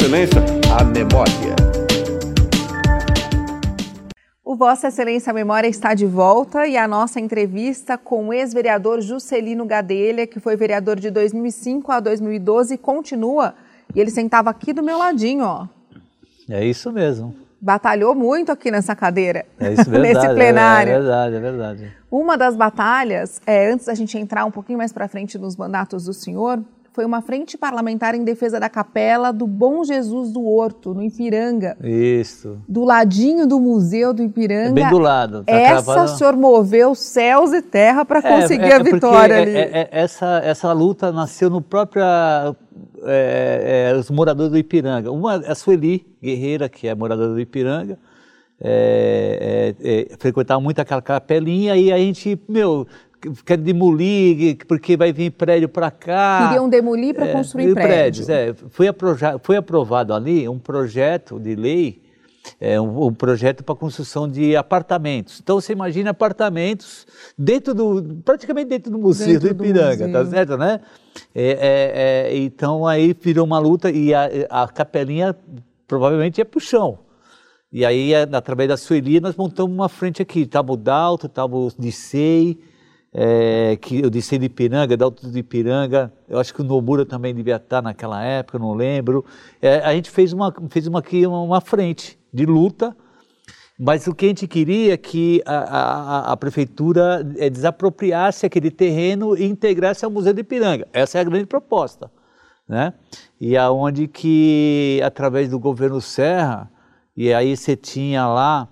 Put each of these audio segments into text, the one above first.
Excelência, a memória. O Vossa Excelência a Memória está de volta e a nossa entrevista com o ex-vereador Juscelino Gadelha, que foi vereador de 2005 a 2012 e continua. E ele sentava aqui do meu ladinho, ó. É isso mesmo. Batalhou muito aqui nessa cadeira, é isso, verdade, nesse plenário. É verdade. Uma das batalhas, antes da gente entrar um pouquinho mais para frente nos mandatos do senhor, foi uma frente parlamentar em defesa da capela do Bom Jesus do Horto, no Ipiranga. Isso. Do ladinho do Museu do Ipiranga. Bem do lado. Tá o senhor moveu céus e terra para conseguir a vitória ali. Essa luta nasceu no próprio... os moradores do Ipiranga. A Sueli Guerreira, que é moradora do Ipiranga, frequentava muito aquela capelinha e a gente, quer demolir, porque vai vir prédio para cá. Queriam demolir para construir prédios. Foi aprovado ali um projeto de lei, um projeto para construção de apartamentos. Então você imagina apartamentos praticamente dentro do Museu do Ipiranga, tá certo, né? Então aí virou uma luta e a capelinha provavelmente ia para o chão. E aí, através da Sueli, nós montamos uma frente aqui. Estava o Dalto, estava o Dissei, o Dissei de Ipiranga, Dalto de Ipiranga. Eu acho que o Nomura também devia estar naquela época, não lembro. A gente fez uma frente de luta, mas o que a gente queria é que a prefeitura desapropriasse aquele terreno e integrasse ao Museu de Ipiranga. Essa é a grande proposta, né? E aonde que, através do governo Serra, e aí você tinha lá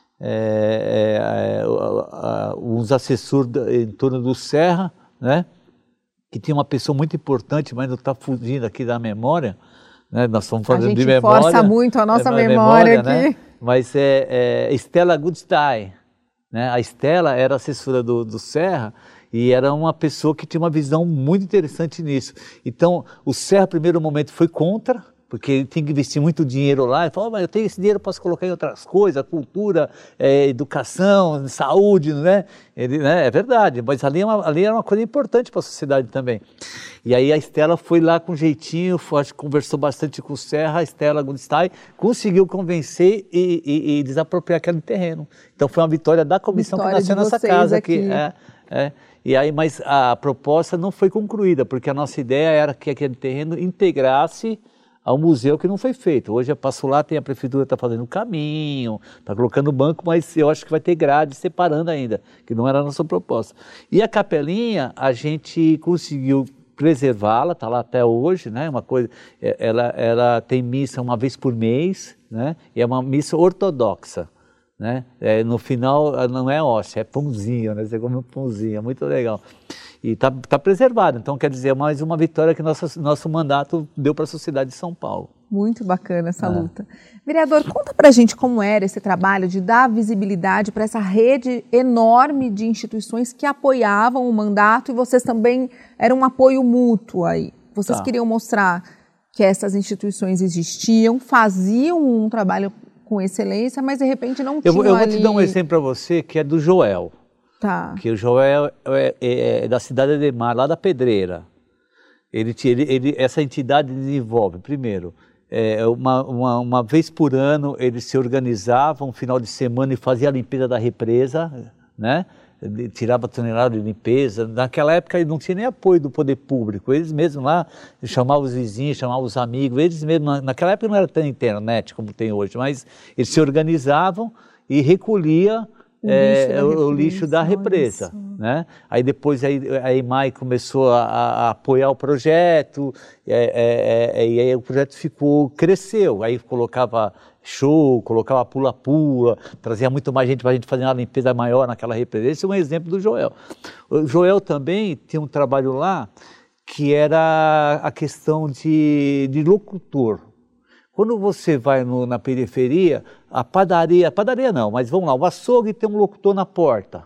uns assessores em torno do Serra, né? Que tinha uma pessoa muito importante, mas não está fugindo aqui da memória, né? Nós estamos falando de memória. A gente força muito a nossa memória aqui. Né? Mas Estela Goodstein, né? A Estela era assessora do Serra e era uma pessoa que tinha uma visão muito interessante nisso. Então, o Serra, no primeiro momento, foi contra, porque ele tem que investir muito dinheiro lá. Ele falou, mas eu tenho esse dinheiro, posso colocar em outras coisas, cultura, educação, saúde, né? É verdade, mas ali era uma coisa importante para a sociedade também. E aí a Estela foi lá com jeitinho, conversou bastante com o Serra, a Estela Goodstein, conseguiu convencer e desapropriar aquele terreno. Então foi uma vitória da comissão que nasceu nessa casa aqui. E aí, mas a proposta não foi concluída, porque a nossa ideia era que aquele terreno integrasse ao museu, que não foi feito. Hoje eu passo lá, a prefeitura está fazendo caminho, está colocando banco, mas eu acho que vai ter grade separando ainda, que não era a nossa proposta. E a capelinha, a gente conseguiu preservá-la, está lá até hoje, né? Uma coisa, ela tem missa uma vez por mês, né? E é uma missa ortodoxa, né? No final não é hóstia, é pãozinho, né? Você come um pãozinho, é muito legal. E está preservado, então quer dizer, mais uma vitória que nosso mandato deu para a sociedade de São Paulo. Muito bacana essa luta. Vereador, conta pra gente como era esse trabalho de dar visibilidade para essa rede enorme de instituições que apoiavam o mandato e vocês também eram um apoio mútuo aí. Vocês queriam mostrar que essas instituições existiam, faziam um trabalho com excelência, mas de repente não tinham Eu vou te dar um exemplo para você que é do Joel. Tá. Que o Joel é da cidade de Ademar, lá da Pedreira. Essa entidade desenvolve, primeiro, uma vez por ano eles se organizavam, um final de semana e faziam a limpeza da represa, né? Tirava tonelada de limpeza. Naquela época não tinha nem apoio do poder público, eles mesmos lá chamavam os vizinhos, chamavam os amigos, eles mesmos, naquela época não era tão internet como tem hoje, mas eles se organizavam e recolhiam o lixo da represa, né? Aí depois a EMAI começou a apoiar o projeto, e aí o projeto cresceu, aí colocava show, colocava pula-pula, trazia muito mais gente para a gente fazer uma limpeza maior naquela represa. Esse é um exemplo do Joel. O Joel também tinha um trabalho lá que era a questão de locutor. Quando você vai na periferia, a padaria não, mas vamos lá, o açougue tem um locutor na porta.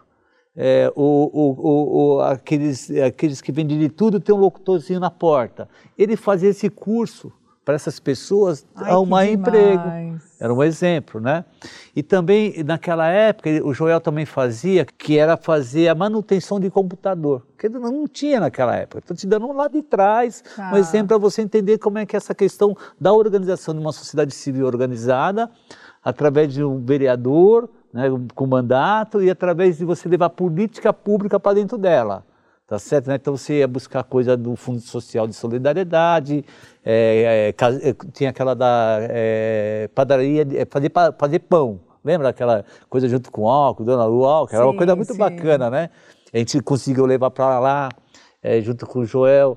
Aqueles que vendem de tudo tem um locutorzinho na porta. Ele fazia esse curso para essas pessoas arrumar emprego. Era um exemplo, né? E também, naquela época, o Joel também fazia, que era fazer a manutenção de computador, que não tinha naquela época. Estou te dando um lado de trás, um exemplo para você entender como é que é essa questão da organização de uma sociedade civil organizada, através de um vereador, né, com mandato, e através de você levar política pública para dentro dela. Tá certo, né? Então você ia buscar coisa do Fundo Social de Solidariedade, tinha aquela da padaria, fazer pão, lembra aquela coisa junto com o álcool, Dona Lu álcool, era uma coisa muito bacana, né? A gente conseguiu levar para lá, junto com o Joel,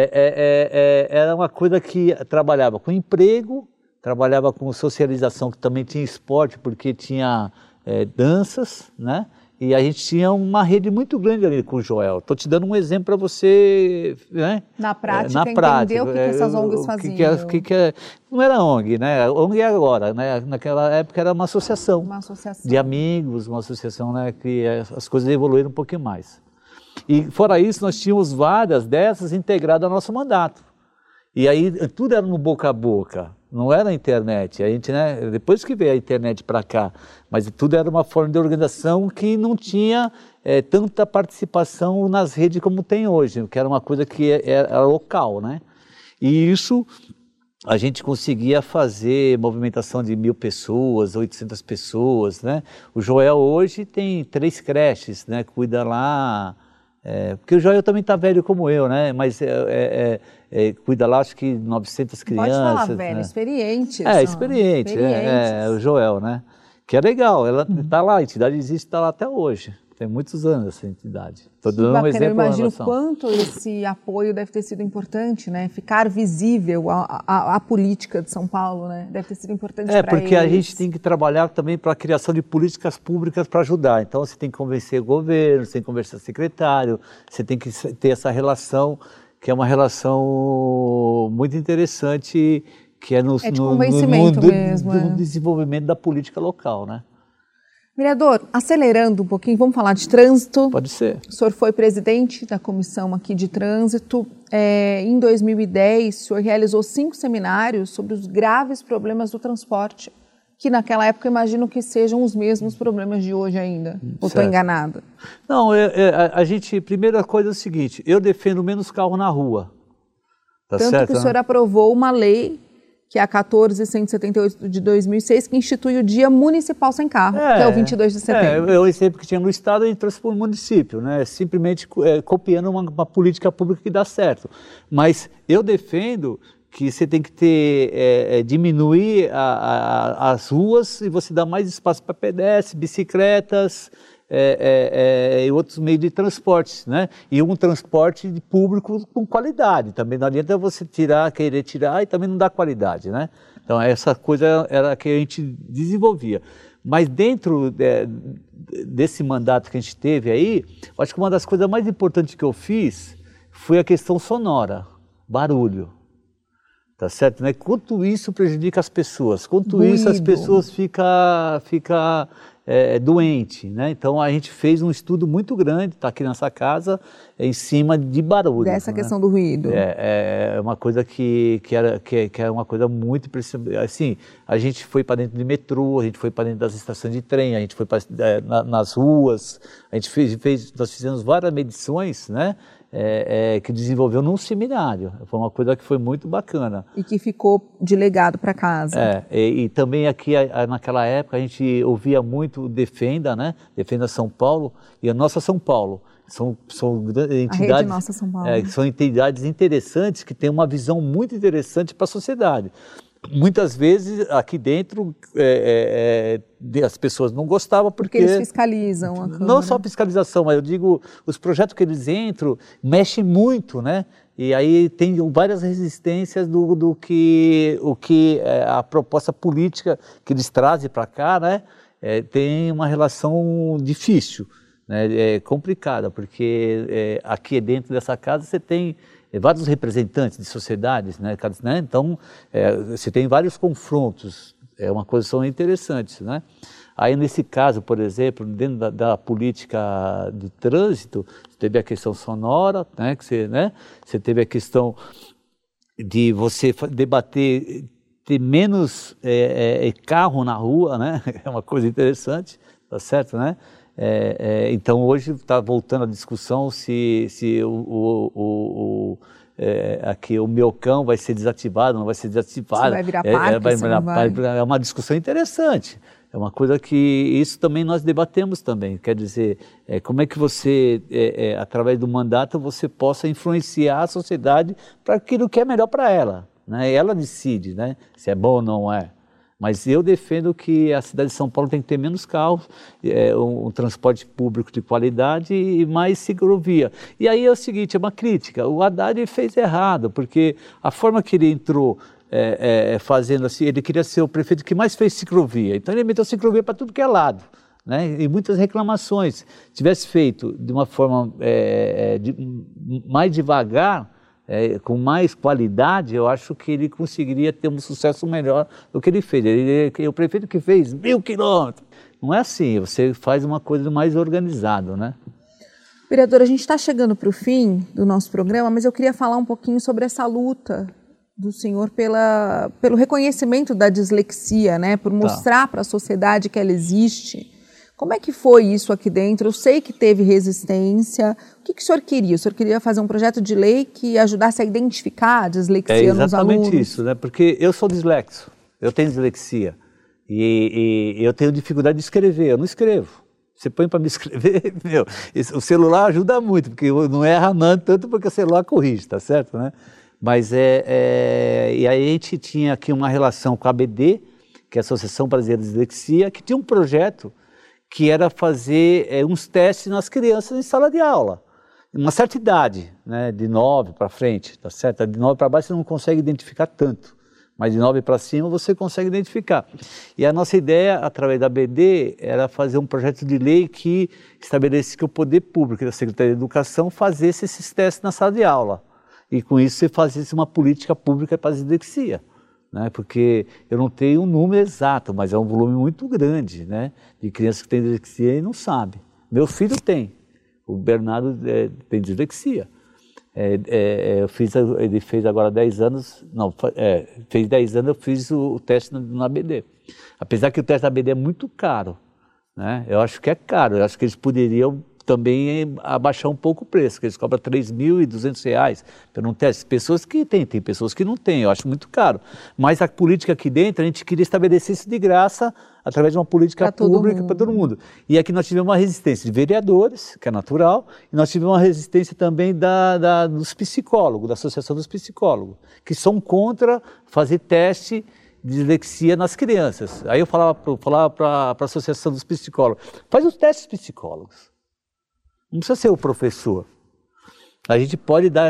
era uma coisa que trabalhava com emprego, trabalhava com socialização, que também tinha esporte, porque tinha danças, né? E a gente tinha uma rede muito grande ali com o Joel. Estou te dando um exemplo para você, né? Na prática, entender o que essas ONGs faziam. Não era ONG, né? A ONG é agora, né? Naquela época era uma associação. Uma associação. De amigos, uma associação, né? Que as coisas evoluíram um pouquinho mais. E fora isso, nós tínhamos várias dessas integradas ao nosso mandato. E aí tudo era no boca a boca. Não era a internet, a gente, né, depois que veio a internet para cá, mas tudo era uma forma de organização que não tinha tanta participação nas redes como tem hoje, que era uma coisa que era local, né? E isso a gente conseguia fazer movimentação de 1.000 pessoas, 800 pessoas, né? O Joel hoje tem 3 creches, né, cuida lá... porque o Joel também está velho como eu, né? Mas cuida lá, acho que 900 crianças. Pode falar, velho, né? Experiente. Experiente, o Joel, né? Que é legal, ela está lá, a entidade existe, está lá até hoje. Tem muitos anos essa entidade. Estou dando um exemplo. Eu imagino quanto esse apoio deve ter sido importante, né? Ficar visível a política de São Paulo, né? Deve ter sido importante para eles. Porque a gente tem que trabalhar também para a criação de políticas públicas para ajudar. Então você tem que convencer o governo, você tem que conversar com o secretário, você tem que ter essa relação, que é uma relação muito interessante, que é no desenvolvimento da política local, né? Vereador, acelerando um pouquinho, vamos falar de trânsito. Pode ser. O senhor foi presidente da comissão aqui de trânsito. Em 2010, o senhor realizou 5 seminários sobre os graves problemas do transporte, que naquela época imagino que sejam os mesmos problemas de hoje ainda. Ou estou enganada? Não, primeira coisa é o seguinte, eu defendo menos carro na rua. Tá Tanto certo, que o senhor aprovou uma lei, que é a 14.178 de 2006, que institui o Dia Municipal Sem Carro, que é o 22 de setembro. É o exemplo que tinha no Estado, a gente trouxe para o município, né? Simplesmente copiando uma política pública que dá certo. Mas eu defendo que você tem que diminuir as ruas e você dá mais espaço para pedestres, bicicletas, e outros meios de transporte, né? E um transporte público com qualidade. Também não adianta você querer tirar e também não dá qualidade, né? Então essa coisa era que a gente desenvolvia. Mas dentro desse mandato que a gente teve aí, eu acho que uma das coisas mais importantes que eu fiz foi a questão sonora, barulho. Tá certo, né? Quanto isso prejudica as pessoas, quanto isso as pessoas ficam doentes, né? Então a gente fez um estudo muito grande, está aqui nessa casa, em cima de barulho. Dessa questão do ruído. É uma coisa que é uma coisa muito impressionante. Assim, a gente foi para dentro de metrô, a gente foi para dentro das estações de trem, a gente foi nas ruas, nós fizemos várias medições, né? Que desenvolveu num seminário. Foi uma coisa que foi muito bacana. E que ficou de legado para casa. E também aqui, naquela época, a gente ouvia muito Defenda, né? Defenda São Paulo e a Nossa São Paulo. São entidades, a Rede Nossa São Paulo. São entidades interessantes que têm uma visão muito interessante para a sociedade. Muitas vezes aqui dentro as pessoas não gostavam porque eles fiscalizam a Câmara. Não só fiscalização, mas eu digo, os projetos que eles entram mexem muito, né? E aí tem várias resistências do que a proposta política que eles trazem para cá, né? Tem uma relação difícil, né? Complicada, porque aqui dentro dessa casa você tem vários representantes de sociedades, né? Então, você tem vários confrontos, uma coisa são interessantes, né? Aí, nesse caso, por exemplo, dentro da política de trânsito, você teve a questão sonora, né? Você teve a questão de você debater, ter menos carro na rua, né? É uma coisa interessante, tá certo, né? Então hoje está voltando a discussão se aqui o meu cão vai ser desativado, não vai ser desativado. Se vai virar parque, se não vai. É uma discussão interessante. É uma coisa que isso também nós debatemos também. Quer dizer, como é que você, através do mandato, você possa influenciar a sociedade para aquilo que é melhor para ela, né? Ela decide, né, se é bom ou não é. Mas eu defendo que a cidade de São Paulo tem que ter menos carros, um transporte público de qualidade e mais ciclovia. E aí é o seguinte, é uma crítica, o Haddad fez errado, porque a forma que ele entrou fazendo assim, ele queria ser o prefeito que mais fez ciclovia, então ele meteu ciclovia para tudo que é lado, né? E muitas reclamações. Se tivesse feito de uma forma mais devagar, com mais qualidade, eu acho que ele conseguiria ter um sucesso melhor do que ele fez. Ele é o prefeito que fez 1.000 quilômetros. Não é assim, você faz uma coisa mais organizada, né? Vereador, a gente está chegando para o fim do nosso programa, mas eu queria falar um pouquinho sobre essa luta do senhor pelo reconhecimento da dislexia, né? Por mostrar para a sociedade que ela existe. Como é que foi isso aqui dentro? Eu sei que teve resistência. O que o senhor queria? O senhor queria fazer um projeto de lei que ajudasse a identificar a dislexia nos alunos? É exatamente isso, né? Porque eu sou dislexo, eu tenho dislexia e eu tenho dificuldade de escrever, eu não escrevo. Você põe para me escrever, o celular ajuda muito, porque não erra tanto porque o celular corrige, tá certo, né? Mas e aí a gente tinha aqui uma relação com a ABD, que é a Associação Brasileira de Dislexia, que tinha um projeto que era fazer uns testes nas crianças em sala de aula. Uma certa idade, né, de 9 para frente, tá certo? De 9 para baixo você não consegue identificar tanto, mas de 9 para cima você consegue identificar. E a nossa ideia, através da BD, era fazer um projeto de lei que estabelecesse que o poder público e a Secretaria de Educação fazesse esses testes na sala de aula. E com isso você fazesse uma política pública para a dislexia. Né, porque eu não tenho um número exato, mas é um volume muito grande, né, de crianças que têm dislexia e não sabem. Meu filho tem, o Bernardo tem dislexia. Ele fez agora 10 anos, fez 10 anos, eu fiz o teste na ABD. Apesar que o teste da ABD é muito caro, né, eu acho que é caro, eu acho que eles poderiam também abaixar um pouco o preço, que eles cobram R$3.200 por um teste. Pessoas que têm pessoas que não têm, eu acho muito caro. Mas a política aqui dentro, a gente queria estabelecer isso de graça, através de uma política pública para todo mundo. E aqui nós tivemos uma resistência de vereadores, que é natural, e nós tivemos uma resistência também dos psicólogos, da Associação dos Psicólogos, que são contra fazer teste de dislexia nas crianças. Aí eu falava para a Associação dos Psicólogos, faz os testes psicólogos. Não precisa ser o professor. A gente pode dar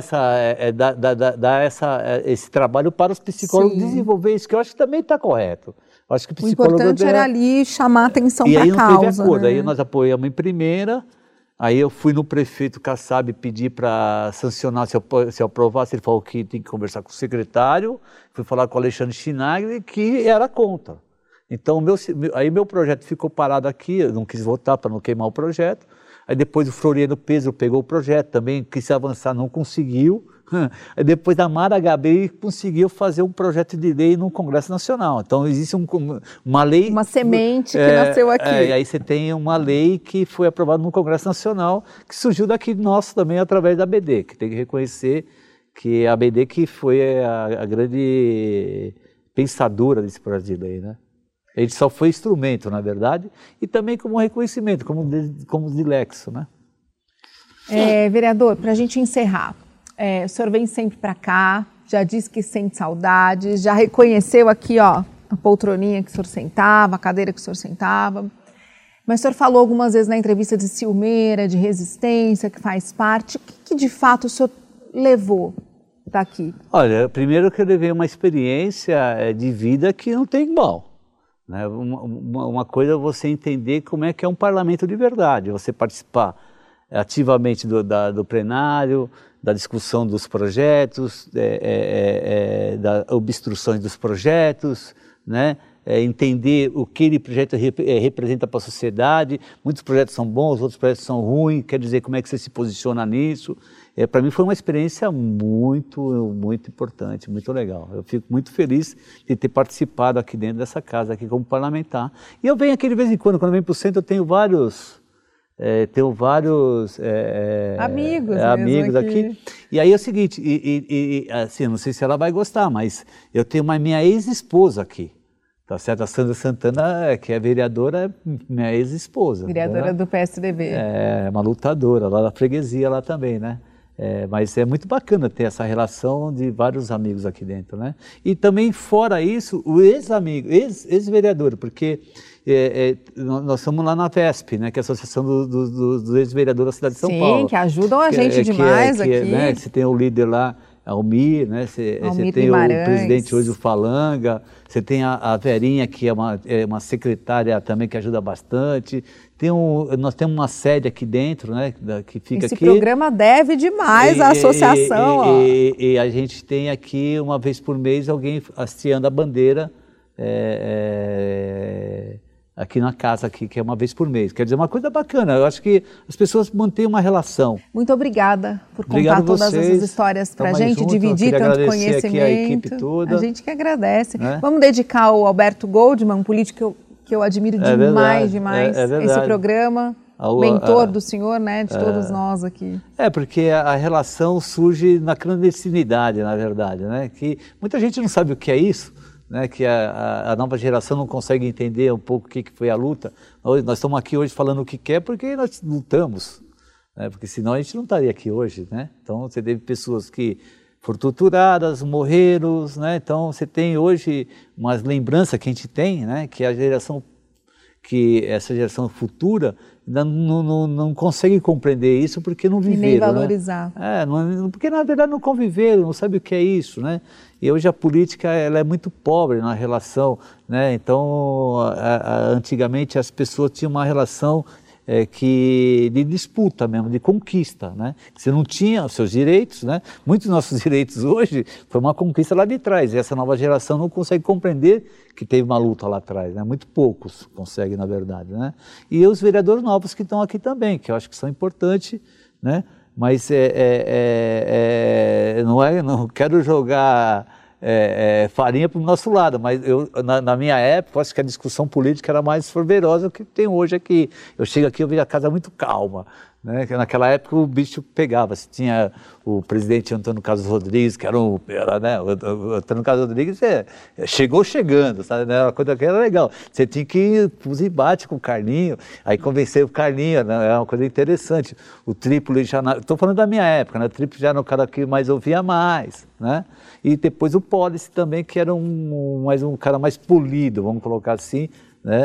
esse trabalho para os psicólogos desenvolver isso, que eu acho que também está correto. Eu acho que o importante era ali chamar a atenção para a causa. E aí não teve acordo, aí nós apoiamos em primeira, aí eu fui no prefeito Kassab pedir para sancionar, se eu aprovasse, ele falou que tem que conversar com o secretário, fui falar com o Alexandre Schinagli, que era contra. Então, aí meu projeto ficou parado aqui, eu não quis votar para não queimar o projeto. Aí depois o Floriano Pedro pegou o projeto, também quis avançar, não conseguiu. Aí depois a Mara Gabriel conseguiu fazer um projeto de lei no Congresso Nacional. Então existe uma lei... Uma semente que nasceu aqui. E aí você tem uma lei que foi aprovada no Congresso Nacional, que surgiu daqui nosso também através da ABD, que tem que reconhecer que a ABD que foi a grande pensadora desse projeto de lei, né? Ele só foi instrumento, na verdade, e também como reconhecimento, como dilexo, né? Vereador, para a gente encerrar, o senhor vem sempre para cá, já disse que sente saudades, já reconheceu aqui, ó, a poltroninha que o senhor sentava, a cadeira que o senhor sentava, mas o senhor falou algumas vezes na entrevista de ciumeira, de resistência, que faz parte. O que de fato o senhor levou daqui? Olha, primeiro que eu levei uma experiência de vida que não tem igual. Né? Uma coisa é você entender como é que é um parlamento de verdade, você participar ativamente do plenário, da discussão dos projetos, da obstruções dos projetos, né? entender o que ele projeto representa para a sociedade. Muitos projetos são bons, outros projetos são ruins, quer dizer, como é que você se posiciona nisso. Para mim foi uma experiência muito, muito importante, muito legal. Eu fico muito feliz de ter participado aqui dentro dessa casa, aqui como parlamentar. E eu venho aqui de vez em quando eu venho para o centro, eu tenho vários amigos aqui. E aí é o seguinte, assim, eu não sei se ela vai gostar, mas eu tenho minha ex-esposa aqui. Tá certo? A Sandra Santana, que é vereadora, minha ex-esposa. Vereadora do PSDB. É uma lutadora, lá da freguesia lá também, né? Mas é muito bacana ter essa relação de vários amigos aqui dentro, né? E também, fora isso, o ex-vereador, porque nós estamos lá na VESP, né? Que é a Associação dos Ex-Vereadores da cidade de São Paulo. Sim, que ajudam a gente demais aqui. Né? Você tem o líder lá, Almir, né? Você tem o presidente hoje, o Falanga, você tem a Verinha, que é uma secretária também que ajuda bastante. Nós temos uma sede aqui dentro, né? Que fica Esse aqui. programa deve demais à associação. E a gente tem aqui, uma vez por mês, alguém hasteando a bandeira aqui na casa, que é uma vez por mês. Quer dizer, uma coisa bacana. Eu acho que as pessoas mantêm uma relação. Muito obrigada por contar todas essas histórias para a gente, dividir tanto conhecimento. Aqui a equipe toda. A gente que agradece. Né? Vamos dedicar ao Alberto Goldman, um político que eu admiro demais esse programa. Mentor do senhor, né, de todos nós aqui. Porque a relação surge na clandestinidade, na verdade, né? Que muita gente não sabe o que é isso. Né, que a nova geração não consegue entender um pouco o que foi a luta. Nós estamos aqui hoje falando o que quer porque nós lutamos, né, porque senão a gente não estaria aqui hoje. Né? Então você teve pessoas que foram torturadas, morreram, né? Então você tem hoje umas lembranças que a gente tem, né, que essa geração futura não consegue compreender isso porque não viveram. E nem valorizar. Né? Porque na verdade não conviveram, não sabem o que é isso, né? E hoje a política ela é muito pobre na relação, né? Então antigamente as pessoas tinham uma relação de disputa mesmo, de conquista, né? Você não tinha os seus direitos, né? Muitos dos nossos direitos hoje foi uma conquista lá de trás, e essa nova geração não consegue compreender que teve uma luta lá atrás, né? Muito poucos conseguem, na verdade, né? E os vereadores novos que estão aqui também, que eu acho que são importantes, né? Mas não quero jogar farinha para o nosso lado, mas na minha época, acho que a discussão política era mais fervorosa do que tem hoje aqui. Eu chego aqui, eu vejo a casa muito calma, né? Naquela época o bicho pegava. Você tinha o presidente Antônio Carlos Rodrigues, que né? O Antônio Carlos Rodrigues chegou chegando, sabe? Era uma coisa que era legal. Você tinha que ir para os embates com o Carlinho, aí convencer o Carlinho, né? Era uma coisa interessante. O Trípoli já, estou falando da minha época, né? O Trípoli já era o cara que mais ouvia mais, né? E depois o Pólice também, que era um cara mais polido, vamos colocar assim, né?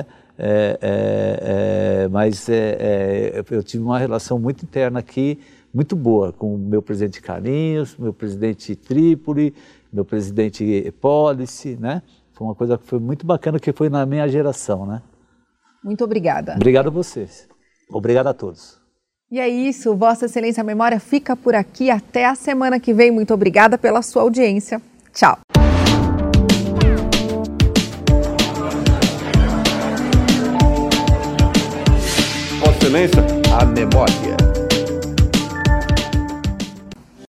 Mas eu tive uma relação muito interna aqui, muito boa, com o meu presidente Carlinhos, meu presidente Trípoli, meu presidente Pólice, né? Foi uma coisa que foi muito bacana, que foi na minha geração, né? Muito obrigada. Obrigado a vocês. Obrigado a todos. E é isso, Vossa Excelência, a memória fica por aqui. Até a semana que vem. Muito obrigada pela sua audiência. Tchau. Vossa Excelência, a memória.